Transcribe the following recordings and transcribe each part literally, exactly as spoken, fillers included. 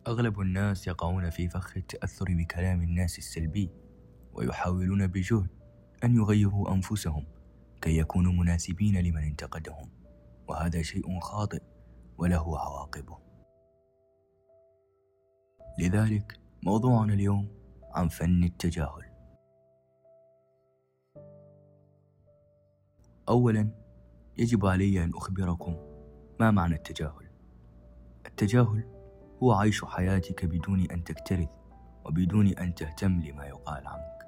أغلب الناس يقعون في فخ التأثر بكلام الناس السلبي، ويحاولون بجهد أن يغيروا أنفسهم كي يكونوا مناسبين لمن انتقدهم، وهذا شيء خاطئ وله عواقبه. لذلك موضوعنا اليوم عن فن التجاهل. أولا، يجب علي أن أخبركم ما معنى التجاهل. التجاهل هو عيش حياتك بدون أن تكترث وبدون أن تهتم لما يقال عنك.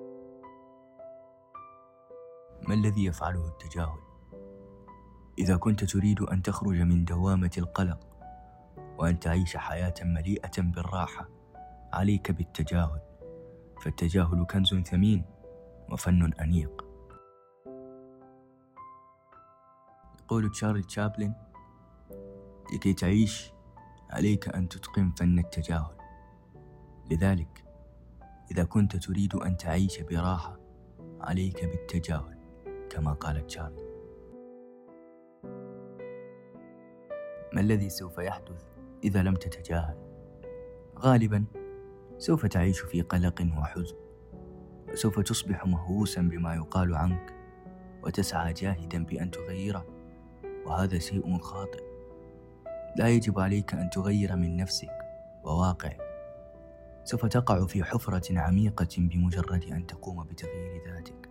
ما الذي يفعله التجاهل؟ إذا كنت تريد أن تخرج من دوامة القلق وأن تعيش حياة مليئة بالراحة، عليك بالتجاهل، فالتجاهل كنز ثمين وفن أنيق. يقول تشارلي تشابلن: لكي تعيش عليك أن تتقن فن التجاهل. لذلك إذا كنت تريد أن تعيش براحة، عليك بالتجاهل كما قال تشارلي. ما الذي سوف يحدث إذا لم تتجاهل؟ غالبا سوف تعيش في قلق وحزن، وسوف تصبح مهووسا بما يقال عنك وتسعى جاهدا بأن تغيره، وهذا شيء خاطئ. لا يجب عليك أن تغير من نفسك وواقعك، سوف تقع في حفرة عميقة بمجرد أن تقوم بتغيير ذاتك.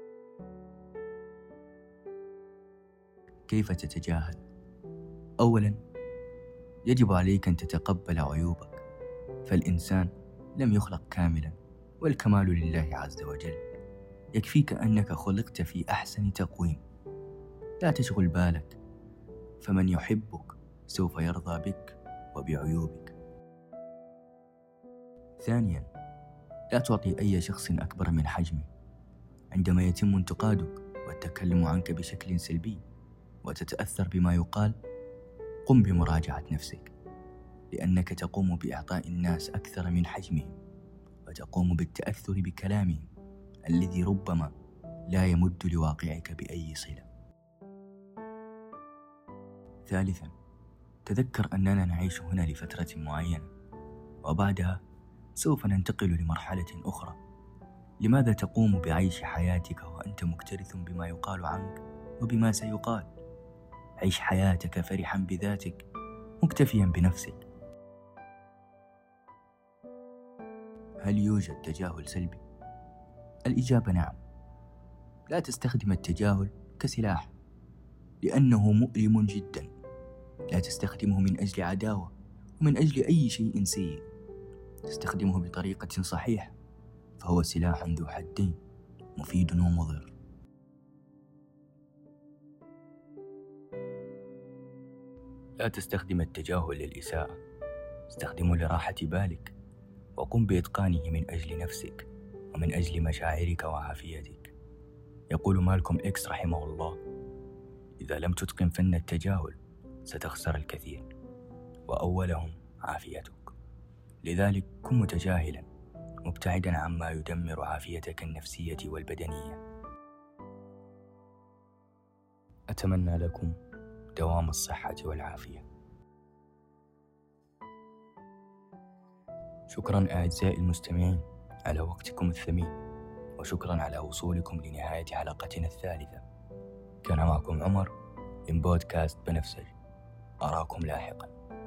كيف تتجاهل؟ أولا، يجب عليك أن تتقبل عيوبك، فالإنسان لم يخلق كاملا، والكمال لله عز وجل. يكفيك أنك خلقت في أحسن تقويم. لا تشغل بالك، فمن يحبك سوف يرضى بك وبعيوبك. ثانيا، لا تعطي أي شخص أكبر من حجمه. عندما يتم انتقادك والتكلم عنك بشكل سلبي وتتأثر بما يقال، قم بمراجعة نفسك، لأنك تقوم بإعطاء الناس أكثر من حجمهم، وتقوم بالتأثر بكلامهم الذي ربما لا يمد لواقعك بأي صلة. ثالثا، تذكر أننا نعيش هنا لفترة معينة، وبعدها سوف ننتقل لمرحلة أخرى. لماذا تقوم بعيش حياتك وأنت مكترث بما يقال عنك وبما سيقال؟ عيش حياتك فرحا بذاتك، مكتفيا بنفسك. هل يوجد تجاهل سلبي؟ الإجابة نعم. لا تستخدم التجاهل كسلاح، لأنه مؤلم جدا. لا تستخدمه من أجل عداوة ومن أجل أي شيء سيء. تستخدمه بطريقة صحيحة، فهو سلاح ذو حدين، مفيد ومضر. لا تستخدم التجاهل للإساءة، استخدمه لراحة بالك، وقم بإتقانه من أجل نفسك ومن أجل مشاعرك وعافيتك. يقول مالكوم إكس رحمه الله: إذا لم تتقن فن التجاهل ستخسر الكثير، وأولهم عافيتك. لذلك كن متجاهلا، مبتعدا عما يدمر عافيتك النفسية والبدنية. أتمنى لكم دوام الصحة والعافية. شكرا أعزائي المستمعين على وقتكم الثمين، وشكرا على وصولكم لنهاية حلقتنا الثالثة. كان معكم عمر من بودكاست بنفسج. أراكم لاحقا.